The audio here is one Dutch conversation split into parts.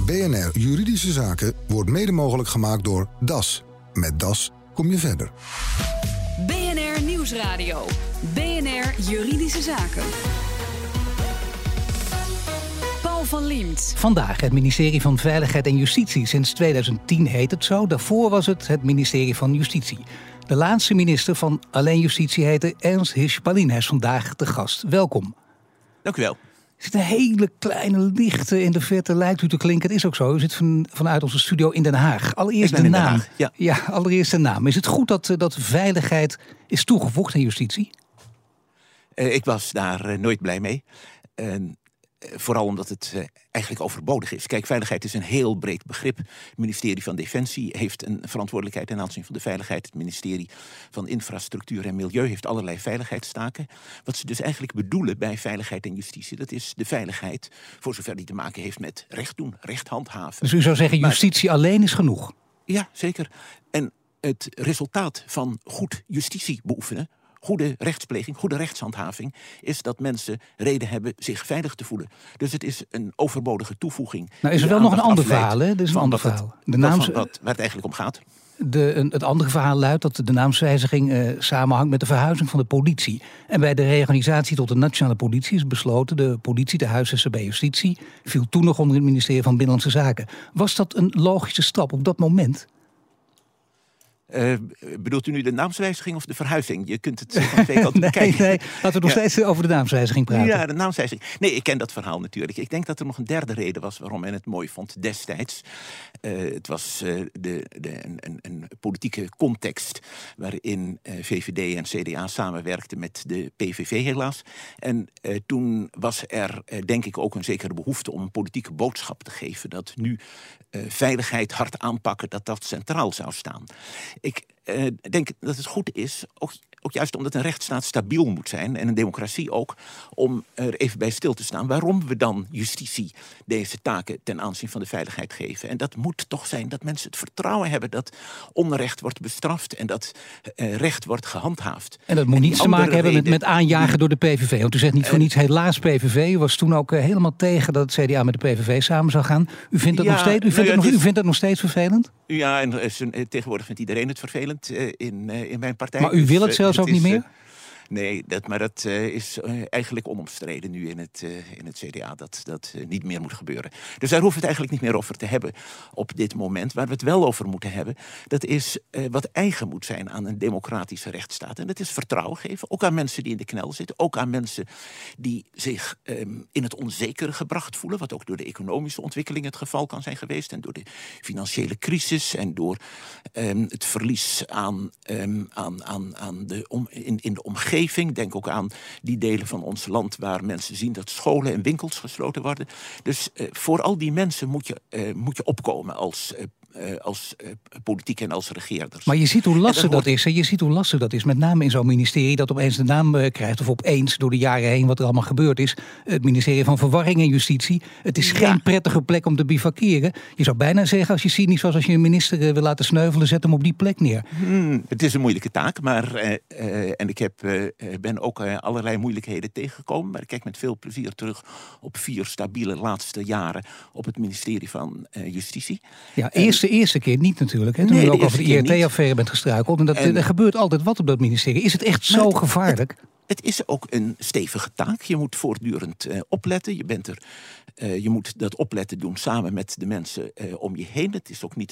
BNR Juridische Zaken wordt mede mogelijk gemaakt door DAS. Met DAS kom je verder. BNR Nieuwsradio. BNR Juridische Zaken. Paul van Liemt. Vandaag het ministerie van Veiligheid en Justitie. Sinds 2010 heet het zo. Daarvoor was het ministerie van Justitie. De laatste minister van alleen Justitie heette Ernst Hirschsprung. Hij is vandaag de gast. Welkom. Dank u wel. Er zit een hele kleine lichte in de verte, lijkt u te klinken. Het is ook zo. U zit vanuit onze studio in Den Haag. Allereerst de naam. Haag, ja, allereerst de naam. Is het goed dat veiligheid is toegevoegd aan justitie? Ik was daar nooit blij mee. Vooral omdat het eigenlijk overbodig is. Kijk, veiligheid is een heel breed begrip. Het ministerie van Defensie heeft een verantwoordelijkheid ten aanzien van de veiligheid. Het ministerie van Infrastructuur en Milieu heeft allerlei veiligheidstaken. Wat ze dus eigenlijk bedoelen bij veiligheid en justitie, dat is de veiligheid voor zover die te maken heeft met recht doen, recht handhaven. Dus u zou zeggen, justitie alleen is genoeg? Ja, zeker. En het resultaat van goed justitie beoefenen, goede rechtspleging, goede rechtshandhaving, is dat mensen reden hebben zich veilig te voelen. Dus het is een overbodige toevoeging. Nou is er wel nog een ander verhaal, hè? Dat is een ander verhaal. Waar het eigenlijk om gaat. Het andere verhaal luidt dat de naamswijziging samenhangt met de verhuizing van de politie. En bij de reorganisatie tot de nationale politie is besloten de politie te huisvesten bij justitie. Viel toen nog onder het ministerie van Binnenlandse Zaken. Was dat een logische stap op dat moment? Bedoelt u nu de naamswijziging of de verhuizing? Je kunt het van twee kanten bekijken. Nee, laten we nog steeds over de naamswijziging praten. Ja, de naamswijziging. Nee, ik ken dat verhaal natuurlijk. Ik denk dat er nog een derde reden was waarom men het mooi vond destijds. Het was een politieke context waarin VVD en CDA samenwerkten met de PVV helaas. En toen was er denk ik ook een zekere behoefte om een politieke boodschap te geven dat nu veiligheid hard aanpakken, dat centraal zou staan. Ik denk dat het goed is, ook juist omdat een rechtsstaat stabiel moet zijn en een democratie ook, om er even bij stil te staan waarom we dan justitie deze taken ten aanzien van de veiligheid geven. En dat moet toch zijn dat mensen het vertrouwen hebben dat onrecht wordt bestraft en dat recht wordt gehandhaafd. En dat moet niets te maken hebben met aanjagen door de PVV. Want u zegt niet voor niets helaas PVV. U was toen ook helemaal tegen dat het CDA met de PVV samen zou gaan. U vindt dat nog steeds? U vindt dat nog steeds vervelend? Ja, en tegenwoordig vindt iedereen het vervelend in mijn partij. Maar u wil het zelfs ook niet meer? Nee, maar dat is eigenlijk onomstreden nu in het CDA. Dat niet meer moet gebeuren. Dus daar hoeven we het eigenlijk niet meer over te hebben op dit moment. Waar we het wel over moeten hebben, dat is wat eigen moet zijn aan een democratische rechtsstaat. En dat is vertrouwen geven, ook aan mensen die in de knel zitten. Ook aan mensen die zich in het onzekere gebracht voelen. Wat ook door de economische ontwikkeling het geval kan zijn geweest. En door de financiële crisis en door het verlies in de omgeving. Denk ook aan die delen van ons land waar mensen zien dat scholen en winkels gesloten worden. Dus voor al die mensen moet je opkomen als politiek en als regeerders. Maar je ziet hoe lastig dat is. Je ziet hoe lastig dat is. Met name in zo'n ministerie dat opeens de naam krijgt. Of opeens door de jaren heen wat er allemaal gebeurd is. Het ministerie van Verwarring en Justitie. Het is geen prettige plek om te bivakeren. Je zou bijna zeggen, als je cynisch was, als je een minister wil laten sneuvelen, zet hem op die plek neer. Het is een moeilijke taak. Maar en ik ben ook allerlei moeilijkheden tegengekomen. Maar ik kijk met veel plezier terug op 4 stabiele laatste jaren op het ministerie van Justitie. Ja, de eerste keer niet natuurlijk. Hè, toen u ook over de IRT-affaire bent gestruikeld. En er gebeurt altijd wat op dat ministerie. Is het echt zo gevaarlijk? Het is ook een stevige taak. Je moet voortdurend opletten. Je moet dat opletten doen samen met de mensen om je heen. Het is ook niet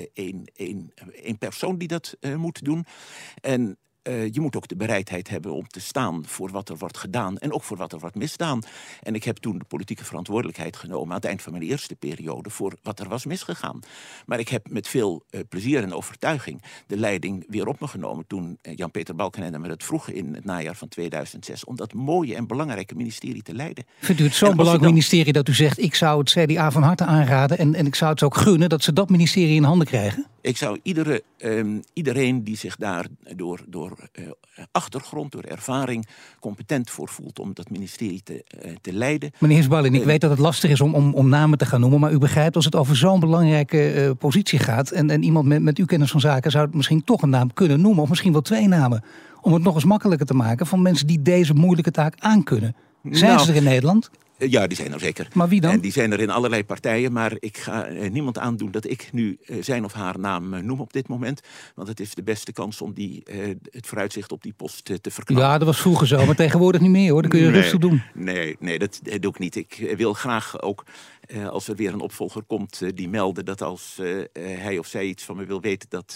één persoon die dat moet doen. En je moet ook de bereidheid hebben om te staan voor wat er wordt gedaan en ook voor wat er wordt misdaan. En ik heb toen de politieke verantwoordelijkheid genomen aan het eind van mijn eerste periode voor wat er was misgegaan. Maar ik heb met veel plezier en overtuiging de leiding weer op me genomen toen Jan-Peter Balkenende me dat vroeg in het najaar van 2006 om dat mooie en belangrijke ministerie te leiden. Vindt u het zo'n belangrijk ministerie dat u zegt, ik zou het CDA van harte aanraden en ik zou het ook gunnen dat ze dat ministerie in handen krijgen? Ik zou iedereen die zich daar door achtergrond, door ervaring competent voor voelt om dat ministerie te leiden. Meneer Hirschsprung, ik weet dat het lastig is om namen te gaan noemen, maar u begrijpt als het over zo'n belangrijke positie gaat en iemand met uw kennis van zaken zou het misschien toch een naam kunnen noemen, of misschien wel 2 namen, om het nog eens makkelijker te maken van mensen die deze moeilijke taak aankunnen. Zijn ze er in Nederland? Ja, die zijn er zeker. Maar wie dan? En die zijn er in allerlei partijen. Maar ik ga niemand aandoen dat ik nu zijn of haar naam noem op dit moment. Want het is de beste kans om het vooruitzicht op die post te verklaren. Ja, dat was vroeger zo, maar tegenwoordig niet meer hoor. Dat kun je rustig doen. Nee, dat doe ik niet. Ik wil graag ook, als er weer een opvolger komt, die melden dat als hij of zij iets van me wil weten, dat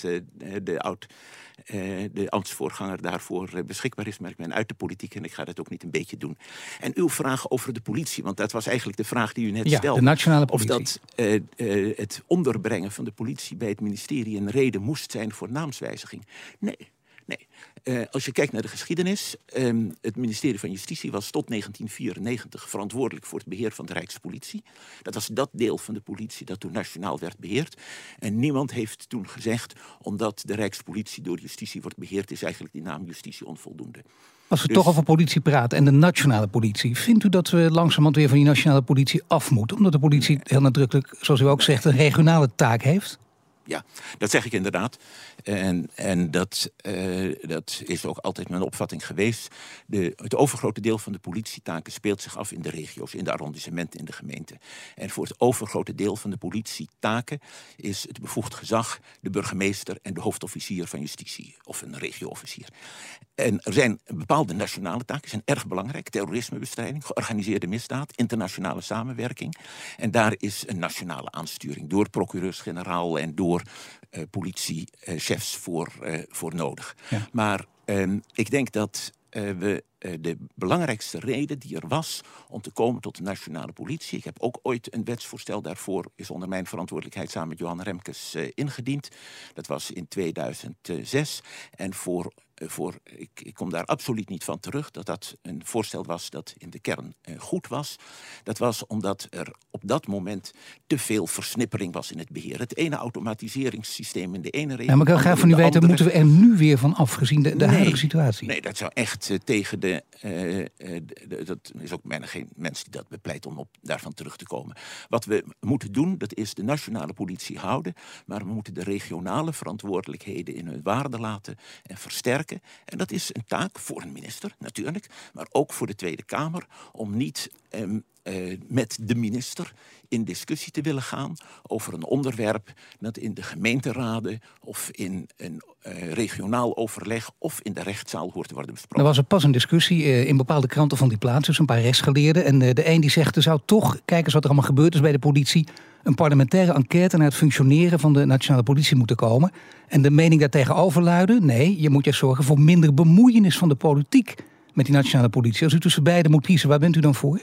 de ambtsvoorganger daarvoor beschikbaar is. Maar ik ben uit de politiek en ik ga dat ook niet een beetje doen. En uw vraag over de politie, want dat was eigenlijk de vraag die u net stelde. De nationale politie. Of dat het onderbrengen van de politie bij het ministerie een reden moest zijn voor naamswijziging. Nee. Als je kijkt naar de geschiedenis, het ministerie van Justitie was tot 1994 verantwoordelijk voor het beheer van de Rijkspolitie. Dat was dat deel van de politie dat toen nationaal werd beheerd. En niemand heeft toen gezegd, omdat de Rijkspolitie door Justitie wordt beheerd, is eigenlijk die naam Justitie onvoldoende. Als we toch over politie praten en de nationale politie, vindt u dat we langzamerhand weer van die nationale politie af moeten? Omdat de politie heel nadrukkelijk, zoals u ook zegt, een regionale taak heeft? Ja, dat zeg ik inderdaad. En dat is ook altijd mijn opvatting geweest. Het overgrote deel van de politietaken speelt zich af in de regio's, in de arrondissementen, in de gemeenten. En voor het overgrote deel van de politietaken is het bevoegd gezag de burgemeester en de hoofdofficier van justitie, of een regioofficier. En er zijn bepaalde nationale taken, die zijn erg belangrijk. Terrorismebestrijding, georganiseerde misdaad, internationale samenwerking. En daar is een nationale aansturing door procureurs-generaal en door politiechefs voor nodig. Ja. Maar ik denk dat we de belangrijkste reden die er was om te komen tot de nationale politie. Ik heb ook ooit een wetsvoorstel daarvoor, is onder mijn verantwoordelijkheid samen met Johan Remkes ingediend. Dat was in 2006. En ik kom daar absoluut niet van terug dat een voorstel was dat in de kern goed was. Dat was omdat er op dat moment te veel versnippering was in het beheer. Het ene automatiseringssysteem in de ene regio. Ja, maar ik wil graag van u weten, moeten we er nu weer van af, gezien de huidige situatie? Nee, dat zou echt tegen de... dat is ook bijna geen mens die dat bepleit om daarvan terug te komen. Wat we moeten doen, dat is de nationale politie houden, maar we moeten de regionale verantwoordelijkheden in hun waarde laten en versterken. En dat is een taak voor een minister, natuurlijk, maar ook voor de Tweede Kamer, om niet met de minister in discussie te willen gaan over een onderwerp dat in de gemeenteraden of in een regionaal overleg of in de rechtszaal hoort te worden besproken. Er was er pas een discussie in bepaalde kranten van die plaats, dus een paar rechtsgeleerden. En de een die zegt, er zou toch, kijk eens wat er allemaal gebeurd is bij de politie, een parlementaire enquête naar het functioneren van de nationale politie moeten komen. En de mening daartegenover luidde, nee, je moet juist zorgen voor minder bemoeienis van de politiek met die nationale politie. Als u tussen beiden moet kiezen, waar bent u dan voor?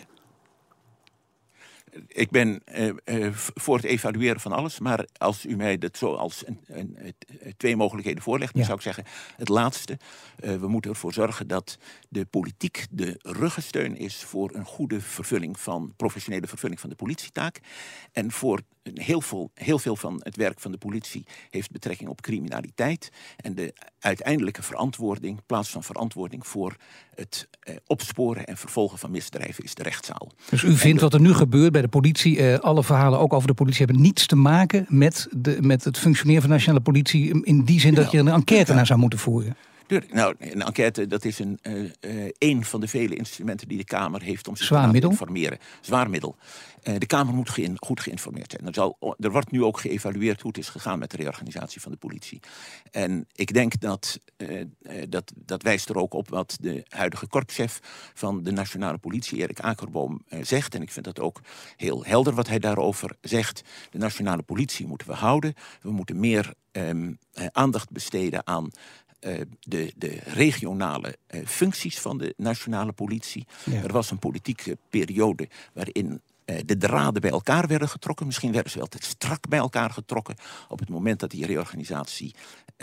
Ik ben voor het evalueren van alles, maar als u mij dat zo als twee mogelijkheden voorlegt, dan zou ik zeggen, het laatste. We moeten ervoor zorgen dat de politiek de ruggensteun is voor een goede professionele vervulling van de politietaak. En voor heel veel van het werk van de politie heeft betrekking op criminaliteit. En de uiteindelijke verantwoording, plaats van verantwoording voor het opsporen en vervolgen van misdrijven is de rechtszaal. Dus u vindt wat er nu gebeurt bij de politie, alle verhalen ook over de politie hebben niets te maken met het functioneren van de nationale politie in die zin dat je een enquête naar zou moeten voeren? Nou, een enquête, dat is een van de vele instrumenten die de Kamer heeft om zich te laten informeren. Zwaar middel. De Kamer moet goed geïnformeerd zijn. Er wordt nu ook geëvalueerd hoe het is gegaan met de reorganisatie van de politie. En ik denk dat wijst er ook op wat de huidige korpschef van de nationale politie, Erik Akerboom, zegt. En ik vind dat ook heel helder wat hij daarover zegt. De nationale politie moeten we houden. We moeten meer aandacht besteden aan de regionale functies van de nationale politie. Ja. Er was een politieke periode waarin de draden bij elkaar werden getrokken. Misschien werden ze wel te strak bij elkaar getrokken. Op het moment dat die reorganisatie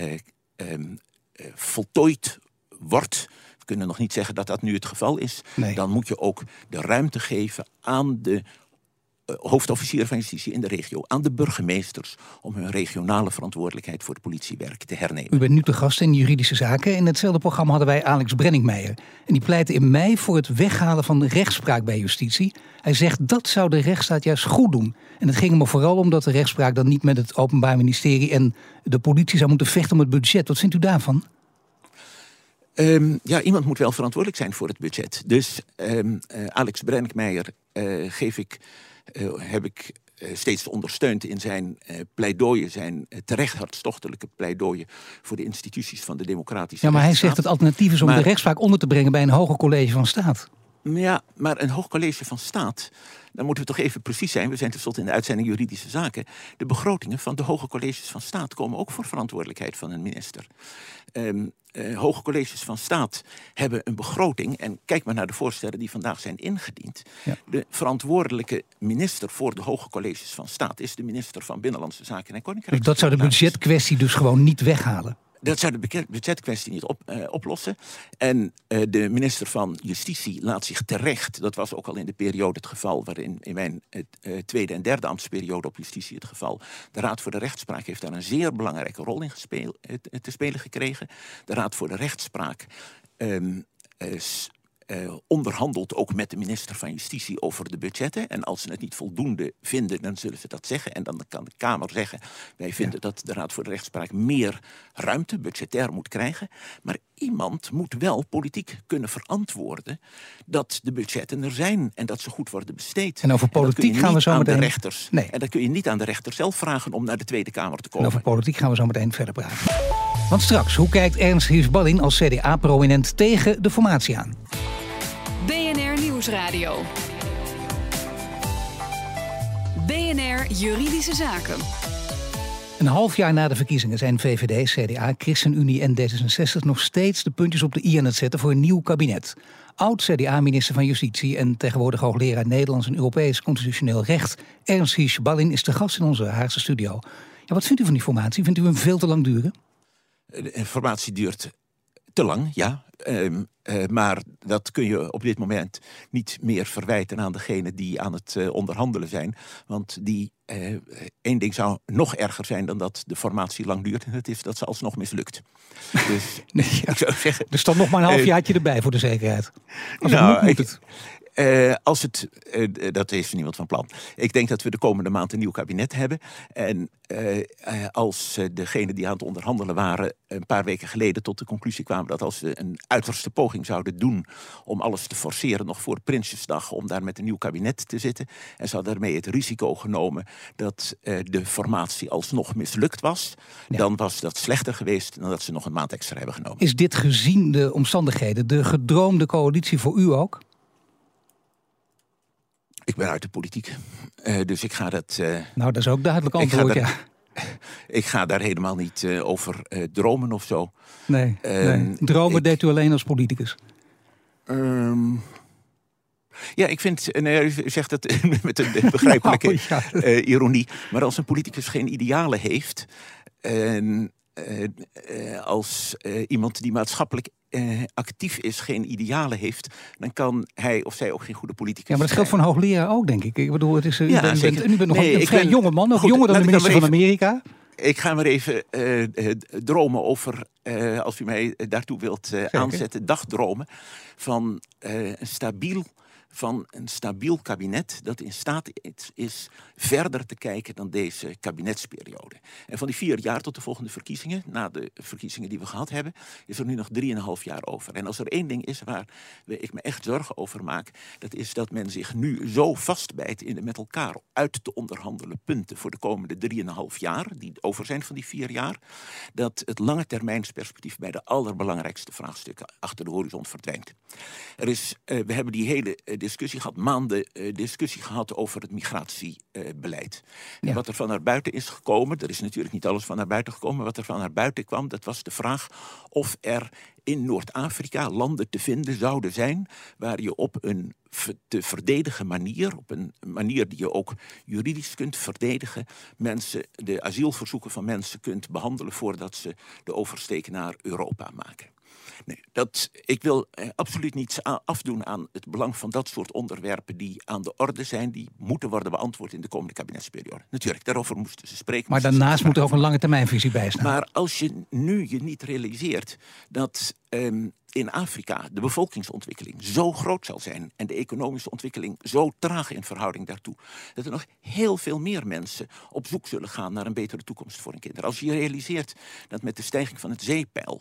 voltooid wordt, we kunnen nog niet zeggen dat dat nu het geval is, dan moet je ook de ruimte geven aan de hoofdofficier van justitie in de regio, aan de burgemeesters, om hun regionale verantwoordelijkheid voor het politiewerk te hernemen. U bent nu te gast in Juridische Zaken. In hetzelfde programma hadden wij Alex Brenningmeijer. En die pleitte in mei voor het weghalen van de rechtspraak bij justitie. Hij zegt dat zou de rechtsstaat juist goed doen. En het ging hem vooral om dat de rechtspraak dan niet met het Openbaar Ministerie en de politie zou moeten vechten om het budget. Wat vindt u daarvan? Iemand moet wel verantwoordelijk zijn voor het budget. Dus Alex Brenninkmeijer heb ik steeds ondersteund in zijn pleidooien, zijn terecht hartstochtelijke pleidooien voor de instituties van de democratische Ja, maar hij rechtsstaat. zegt het alternatief is om de rechtspraak onder te brengen bij een hoger college van staat. Ja, maar een hoog college van staat, dan moeten we toch even precies zijn. We zijn tenslotte in de uitzending Juridische Zaken. De begrotingen van de hoge colleges van staat komen ook voor verantwoordelijkheid van een minister. Hoge colleges van staat hebben een begroting. En kijk maar naar de voorstellen die vandaag zijn ingediend. Ja. De verantwoordelijke minister voor de hoge colleges van staat is de minister van Binnenlandse Zaken en Koninkrijk. Dus dat zou de budgetkwestie dus gewoon niet weghalen? Dat zou de budgetkwestie niet oplossen. En de minister van Justitie laat zich terecht, dat was ook al in de periode het geval, waarin in mijn tweede en derde ambtsperiode op justitie het geval, de Raad voor de Rechtspraak heeft daar een zeer belangrijke rol in te spelen gekregen. De Raad voor de Rechtspraak onderhandelt ook met de minister van Justitie over de budgetten. En als ze het niet voldoende vinden, dan zullen ze dat zeggen. En dan kan de Kamer zeggen, wij vinden dat de Raad voor de Rechtspraak meer ruimte, budgetair moet krijgen. Maar iemand moet wel politiek kunnen verantwoorden dat de budgetten er zijn en dat ze goed worden besteed. En over politiek gaan we zo meteen... En dat kun je niet aan de rechter zelf vragen om naar de Tweede Kamer te komen. En over politiek gaan we zo meteen verder praten. Want straks, hoe kijkt Ernst Hirsch-Ballin als CDA-prominent tegen de formatie aan? BNR Nieuwsradio. BNR Juridische Zaken. Een half jaar na de verkiezingen zijn VVD, CDA, ChristenUnie en D66 nog steeds de puntjes op de i aan het zetten voor een nieuw kabinet. Oud-CDA-minister van Justitie en tegenwoordig hoogleraar Nederlands en Europees constitutioneel recht, Ernst Hirsch-Ballin, is de gast in onze Haagse studio. Ja, wat vindt u van die formatie? Vindt u hem veel te lang duren? De formatie duurt te lang, ja. Maar dat kun je op dit moment niet meer verwijten aan degenen die aan het onderhandelen zijn. Want één ding zou nog erger zijn dan dat de formatie lang duurt. En dat is dat ze alsnog mislukt. Dus ik zou zeggen... Er staat nog maar een halfjaartje erbij voor de zekerheid. Als moet het. Dat is niemand van plan. Ik denk dat we de komende maand een nieuw kabinet hebben. En als degenen die aan het onderhandelen waren een paar weken geleden tot de conclusie kwamen dat als ze een uiterste poging zouden doen om alles te forceren nog voor Prinsjesdag, om daar met een nieuw kabinet te zitten, en ze hadden daarmee het risico genomen dat de formatie alsnog mislukt was, dan was dat slechter geweest dan dat ze nog een maand extra hebben genomen. Is dit gezien de omstandigheden de gedroomde coalitie voor u ook? Ik ben uit de politiek, dus ik ga dat... Nou, dat is ook duidelijk antwoord, ja. Ik ga daar helemaal niet over dromen of zo. Nee. Dromen deed u alleen als politicus? Ja, ik vind, u zegt dat met een begrijpelijke ironie, maar als een politicus geen idealen heeft, als iemand die maatschappelijk actief is, geen idealen heeft, dan kan hij of zij ook geen goede politicus zijn. Ja, maar dat geldt voor een hoogleraar ook, denk ik. Ik bedoel, u bent nog een vrij jonge man, nog jonger dan de minister van Amerika. Ik ga maar even dromen over, als u mij daartoe wilt aanzetten, dagdromen van een stabiel kabinet dat in staat is verder te kijken dan deze kabinetsperiode. En van die 4 jaar tot de volgende verkiezingen, na de verkiezingen die we gehad hebben, is er nu nog 3,5 jaar over. En als er één ding is waar ik me echt zorgen over maak, dat is dat men zich nu zo vastbijt in de met elkaar uit te onderhandelen punten voor de komende 3,5 jaar, die over zijn van die 4 jaar, dat het lange termijnsperspectief bij de allerbelangrijkste vraagstukken achter de horizon verdwijnt. We hebben die hele discussie gehad, maanden discussie gehad over het migratiebeleid. En wat er van naar buiten is gekomen, er is natuurlijk niet alles van naar buiten gekomen, maar wat er van naar buiten kwam, dat was de vraag of er in Noord-Afrika landen te vinden zouden zijn waar je op een te verdedigen manier, op een manier die je ook juridisch kunt verdedigen, de asielverzoeken van mensen kunt behandelen voordat ze de oversteek naar Europa maken. Nee, ik wil absoluut niets afdoen aan het belang van dat soort onderwerpen die aan de orde zijn, die moeten worden beantwoord in de komende kabinetsperiode. Natuurlijk, daarover moesten ze spreken. Maar daarnaast moet er ook een lange termijnvisie bij staan. Maar als je niet realiseert dat in Afrika de bevolkingsontwikkeling zo groot zal zijn en de economische ontwikkeling zo traag in verhouding daartoe, dat er nog heel veel meer mensen op zoek zullen gaan naar een betere toekomst voor hun kinderen. Als je realiseert dat met de stijging van het zeepeil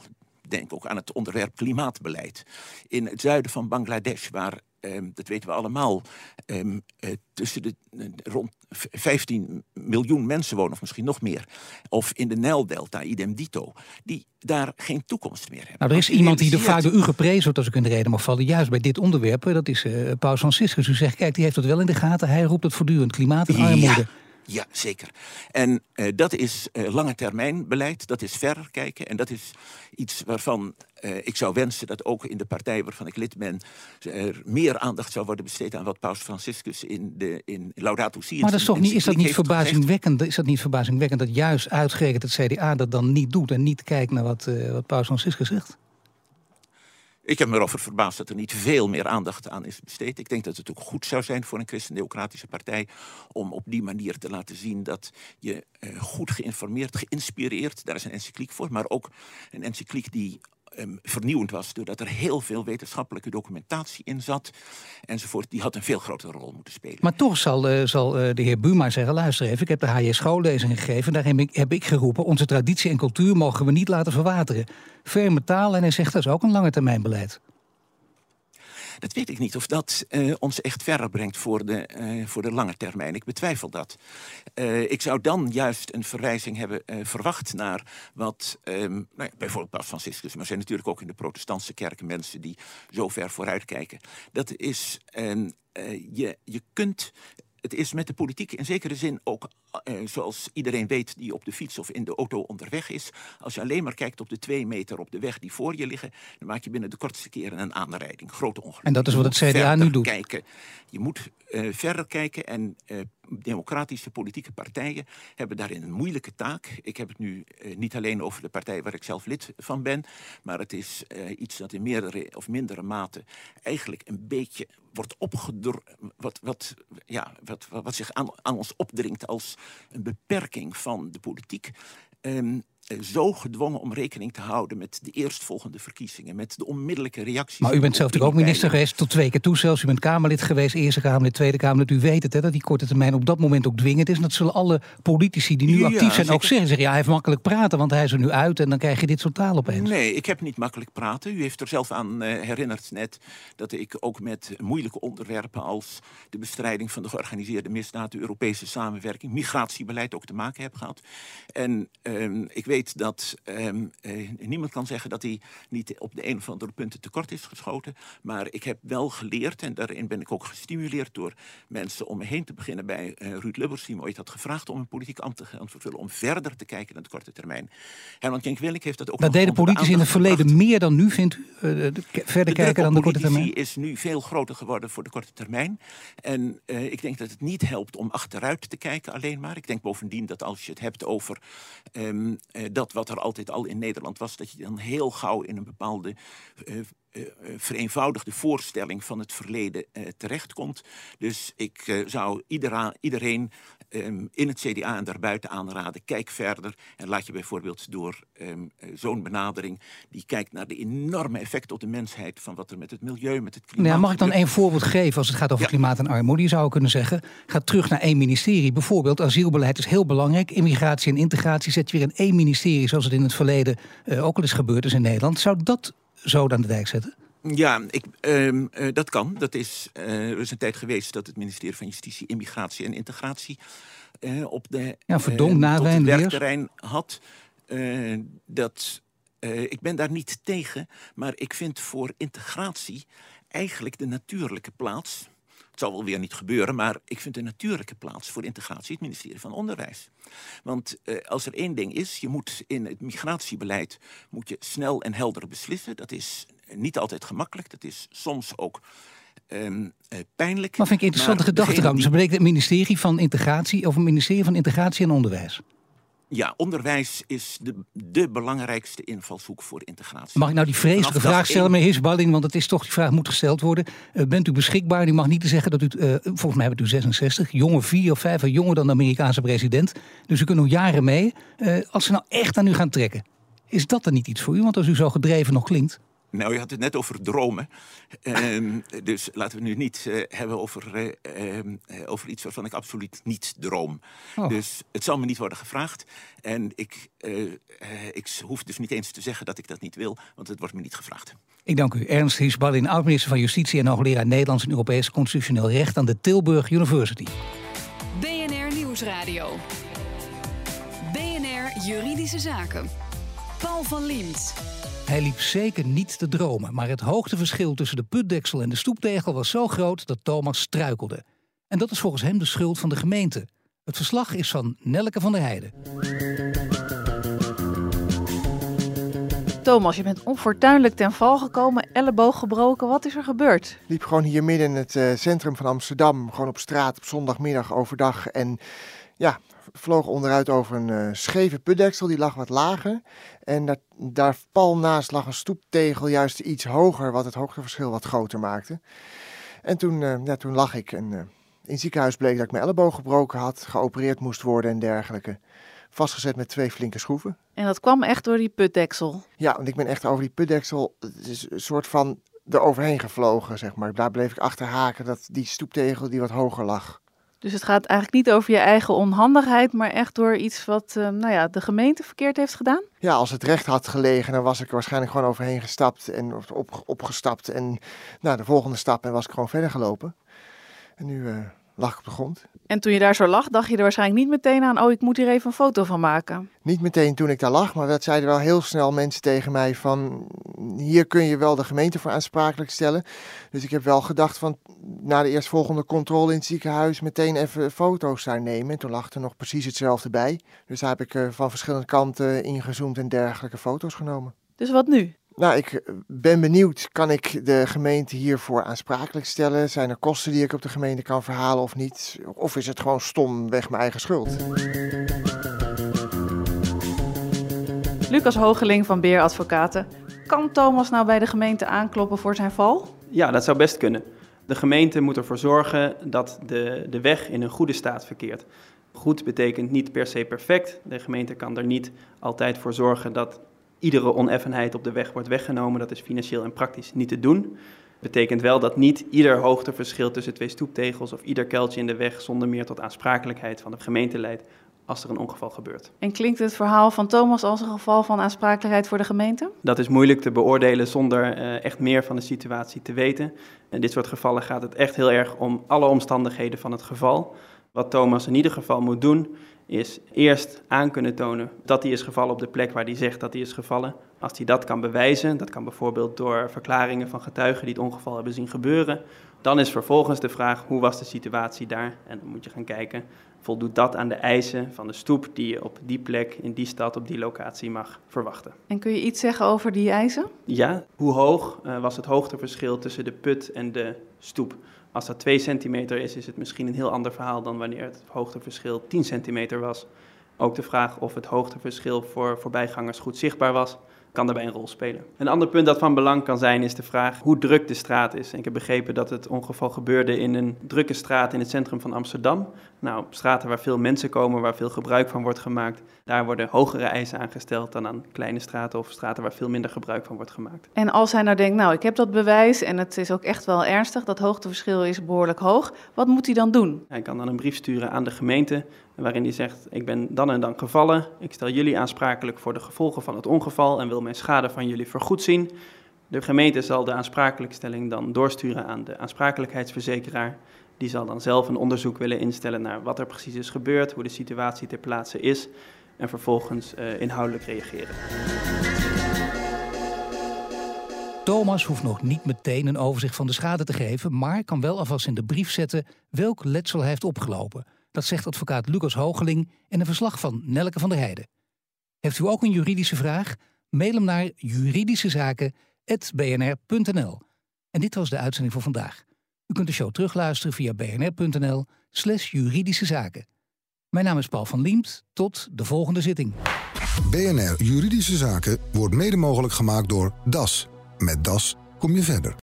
denk ook aan het onderwerp klimaatbeleid. In het zuiden van Bangladesh, waar, dat weten we allemaal, tussen de rond 15 miljoen mensen wonen, of misschien nog meer. Of in de Nijldelta, idem dito, die daar geen toekomst meer hebben. Nou, er is iemand die vaak door u geprezen wordt, als ik in de reden mag vallen, juist bij dit onderwerp. Dat is Paus Franciscus. U zegt, kijk, die heeft het wel in de gaten. Hij roept het voortdurend, klimaat en armoede. Ja, zeker. En dat is lange termijn beleid, dat is verder kijken. En dat is iets waarvan ik zou wensen dat ook in de partij waarvan ik lid ben er meer aandacht zou worden besteed aan wat Paus Franciscus in Laudato Si. Maar dat is toch niet, is dat niet verbazingwekkend? Is dat niet verbazingwekkend dat juist uitgerekend het CDA dat dan niet doet en niet kijkt naar wat Paus Franciscus zegt? Ik heb me erover verbaasd dat er niet veel meer aandacht aan is besteed. Ik denk dat het ook goed zou zijn voor een christendemocratische partij om op die manier te laten zien dat je goed geïnformeerd, geïnspireerd, daar is een encycliek voor, maar ook een encycliek die vernieuwend was, doordat er heel veel wetenschappelijke documentatie in zat, enzovoort. Die had een veel grotere rol moeten spelen. Maar toch zal de heer Buma zeggen, luister even, ik heb de H.J. schoollezing gegeven, daar heb ik geroepen, onze traditie en cultuur mogen we niet laten verwateren. Ferme taal, en hij zegt, dat is ook een lange termijn beleid. Dat weet ik niet of dat ons echt verder brengt voor de lange termijn. Ik betwijfel dat. Ik zou dan juist een verwijzing hebben verwacht naar wat bijvoorbeeld Paus Franciscus, maar er zijn natuurlijk ook in de protestantse kerken mensen die zo ver vooruit kijken. Dat is, je kunt. Het is met de politiek in zekere zin ook, zoals iedereen weet die op de fiets of in de auto onderweg is. Als je alleen maar kijkt op de 2 meter op de weg die voor je liggen, dan maak je binnen de kortste keren een aanrijding. Grote ongeluk. En dat is wat het CDA nu doet. Je moet verder kijken en democratische politieke partijen hebben daarin een moeilijke taak. Ik heb het nu niet alleen over de partij waar ik zelf lid van ben, maar het is iets dat in meerdere of mindere mate eigenlijk een beetje wordt wat zich aan ons opdringt als een beperking van de politiek. Zo gedwongen om rekening te houden met de eerstvolgende verkiezingen, met de onmiddellijke reacties. Maar u bent zelf natuurlijk ook minister geweest, tot 2 keer toe zelfs. U bent Kamerlid geweest, Eerste Kamerlid, Tweede Kamerlid. U weet het, hè, dat die korte termijn op dat moment ook dwingend is. En dat zullen alle politici die nu actief zijn zeker ook zeggen. Hij heeft makkelijk praten, want hij is er nu uit en dan krijg je dit soort taal opeens. Nee, ik heb niet makkelijk praten. U heeft er zelf aan herinnerd net dat ik ook met moeilijke onderwerpen als de bestrijding van de georganiseerde misdaad, de Europese samenwerking, migratiebeleid ook te maken heb gehad. En ik weet dat niemand kan zeggen dat hij niet op de een of andere punten tekort is geschoten. Maar ik heb wel geleerd, en daarin ben ik ook gestimuleerd door mensen om me heen te beginnen bij Ruud Lubbers, die me ooit had gevraagd om een politiek ambt te gaan vervullen, om verder te kijken naar de korte termijn. Herman Kink-Willink heeft dat ook. Dat deden politici in het verleden meer dan nu, vindt u? Verder kijken dan de korte termijn? De is nu veel groter geworden voor de korte termijn. En ik denk dat het niet helpt om achteruit te kijken alleen maar. Ik denk bovendien dat als je het hebt over dat wat er altijd al in Nederland was, dat je dan heel gauw in een bepaalde vereenvoudigde voorstelling van het verleden terechtkomt. Dus ik zou iedereen in het CDA en daarbuiten aanraden, kijk verder en laat je bijvoorbeeld door zo'n benadering die kijkt naar de enorme effecten op de mensheid van wat er met het milieu, met het klimaat. Ja, mag ik dan één voorbeeld geven als het gaat over klimaat en armoede? Je zou kunnen zeggen, ga terug naar 1 ministerie. Bijvoorbeeld, asielbeleid is heel belangrijk. Immigratie en integratie zet je weer in 1 ministerie, zoals het in het verleden ook al is gebeurd is in Nederland. Zou dat zo aan de dijk zetten? Ja, dat kan. Er is een tijd geweest dat het ministerie van Justitie, Immigratie en Integratie op het werkterrein had. Ik ben daar niet tegen, maar ik vind voor integratie eigenlijk de natuurlijke plaats. Het zal wel weer niet gebeuren, maar ik vind de natuurlijke plaats voor integratie het ministerie van Onderwijs. Want als er één ding is, je moet in het migratiebeleid moet je snel en helder beslissen. Dat is niet altijd gemakkelijk, dat is soms ook pijnlijk. Maar vind ik een interessante gedachtegang. Dus betekent het ministerie van Integratie of het ministerie van Integratie en Onderwijs? Ja, onderwijs is de belangrijkste invalshoek voor integratie. Mag ik nou die vreselijke vraag stellen, meneer Hisballing? Want het is toch, die vraag moet gesteld worden. Bent u beschikbaar? U mag niet te zeggen dat u, volgens mij bent u 66, jonger 4 of 5 jaar jonger dan de Amerikaanse president. Dus u kunt nog jaren mee. Als ze nou echt aan u gaan trekken, is dat dan niet iets voor u? Want als u zo gedreven nog klinkt. Nou, je had het net over dromen. Dus laten we nu niet hebben over iets waarvan ik absoluut niet droom. Oh. Dus het zal me niet worden gevraagd. En ik hoef dus niet eens te zeggen dat ik dat niet wil, want het wordt me niet gevraagd. Ik dank u. Ernst Hiesballin, oud-minister van Justitie en hoogleraar Nederlands en Europees Constitutioneel Recht aan de Tilburg University. BNR Nieuwsradio. BNR Juridische Zaken. Paul van Liemt. Hij liep zeker niet te dromen, maar het hoogteverschil tussen de putdeksel en de stoeptegel was zo groot dat Thomas struikelde. En dat is volgens hem de schuld van de gemeente. Het verslag is van Nelleke van der Heijden. Thomas, je bent onfortuinlijk ten val gekomen, elleboog gebroken. Wat is er gebeurd? Ik liep gewoon hier midden in het centrum van Amsterdam, gewoon op straat op zondagmiddag overdag. En ja, vloog onderuit over een scheve putdeksel, die lag wat lager. En daar pal naast lag een stoeptegel, juist iets hoger, wat het hoogteverschil wat groter maakte. En toen lag ik en in het ziekenhuis bleek dat ik mijn elleboog gebroken had, geopereerd moest worden en dergelijke. Vastgezet met 2 flinke schroeven. En dat kwam echt door die putdeksel? Ja, want ik ben echt over die putdeksel een soort van eroverheen gevlogen, zeg maar. Daar bleef ik achter haken, dat die stoeptegel die wat hoger lag. Dus het gaat eigenlijk niet over je eigen onhandigheid, maar echt door iets wat de gemeente verkeerd heeft gedaan? Ja, als het recht had gelegen, dan was ik er waarschijnlijk gewoon overheen gestapt en opgestapt. En de volgende stap en was ik gewoon verder gelopen. En nu lag ik op de grond. En toen je daar zo lag, dacht je er waarschijnlijk niet meteen aan, ik moet hier even een foto van maken. Niet meteen toen ik daar lag, maar dat zeiden wel heel snel mensen tegen mij van, hier kun je wel de gemeente voor aansprakelijk stellen. Dus ik heb wel gedacht van, na de eerstvolgende controle in het ziekenhuis meteen even foto's daar nemen. En toen lag er nog precies hetzelfde bij. Dus daar heb ik van verschillende kanten ingezoomd en dergelijke foto's genomen. Dus wat nu? Nou, ik ben benieuwd, kan ik de gemeente hiervoor aansprakelijk stellen? Zijn er kosten die ik op de gemeente kan verhalen of niet? Of is het gewoon stomweg mijn eigen schuld? Lucas Hoogeling van Beer Advocaten. Kan Thomas nou bij de gemeente aankloppen voor zijn val? Ja, dat zou best kunnen. De gemeente moet ervoor zorgen dat de weg in een goede staat verkeert. Goed betekent niet per se perfect. De gemeente kan er niet altijd voor zorgen dat iedere oneffenheid op de weg wordt weggenomen. Dat is financieel en praktisch niet te doen. Betekent wel dat niet ieder hoogteverschil tussen 2 stoeptegels of ieder kuiltje in de weg zonder meer tot aansprakelijkheid van de gemeente leidt als er een ongeval gebeurt. En klinkt het verhaal van Thomas als een geval van aansprakelijkheid voor de gemeente? Dat is moeilijk te beoordelen zonder echt meer van de situatie te weten. In dit soort gevallen gaat het echt heel erg om alle omstandigheden van het geval. Wat Thomas in ieder geval moet doen, is eerst aan kunnen tonen dat hij is gevallen op de plek waar hij zegt dat hij is gevallen. Als hij dat kan bewijzen, dat kan bijvoorbeeld door verklaringen van getuigen die het ongeval hebben zien gebeuren. Dan is vervolgens de vraag, hoe was de situatie daar? En dan moet je gaan kijken, voldoet dat aan de eisen van de stoep die je op die plek, in die stad, op die locatie mag verwachten. En kun je iets zeggen over die eisen? Ja, hoe hoog was het hoogteverschil tussen de put en de stoep? Als dat 2 centimeter is het misschien een heel ander verhaal dan wanneer het hoogteverschil 10 centimeter was. Ook de vraag of het hoogteverschil voor voorbijgangers goed zichtbaar was, kan daarbij een rol spelen. Een ander punt dat van belang kan zijn is de vraag hoe druk de straat is. En ik heb begrepen dat het ongeval gebeurde in een drukke straat in het centrum van Amsterdam. Nou, op straten waar veel mensen komen, waar veel gebruik van wordt gemaakt, daar worden hogere eisen aangesteld dan aan kleine straten of straten waar veel minder gebruik van wordt gemaakt. En als hij nou denkt, ik heb dat bewijs en het is ook echt wel ernstig, dat hoogteverschil is behoorlijk hoog, wat moet hij dan doen? Hij kan dan een brief sturen aan de gemeente waarin hij zegt, ik ben dan en dan gevallen, ik stel jullie aansprakelijk voor de gevolgen van het ongeval en wil mijn schade van jullie vergoed zien. De gemeente zal de aansprakelijkstelling dan doorsturen aan de aansprakelijkheidsverzekeraar. Die zal dan zelf een onderzoek willen instellen naar wat er precies is gebeurd, hoe de situatie ter plaatse is en vervolgens inhoudelijk reageren. Thomas hoeft nog niet meteen een overzicht van de schade te geven, maar kan wel alvast in de brief zetten welk letsel hij heeft opgelopen. Dat zegt advocaat Lucas Hoogeling in een verslag van Nelleke van der Heijden. Heeft u ook een juridische vraag? Mail hem naar juridischezaken@bnr.nl. En dit was de uitzending voor vandaag. U kunt de show terugluisteren via bnr.nl/juridische zaken. Mijn naam is Paul van Liemt. Tot de volgende zitting. BNR Juridische Zaken wordt mede mogelijk gemaakt door DAS. Met DAS kom je verder.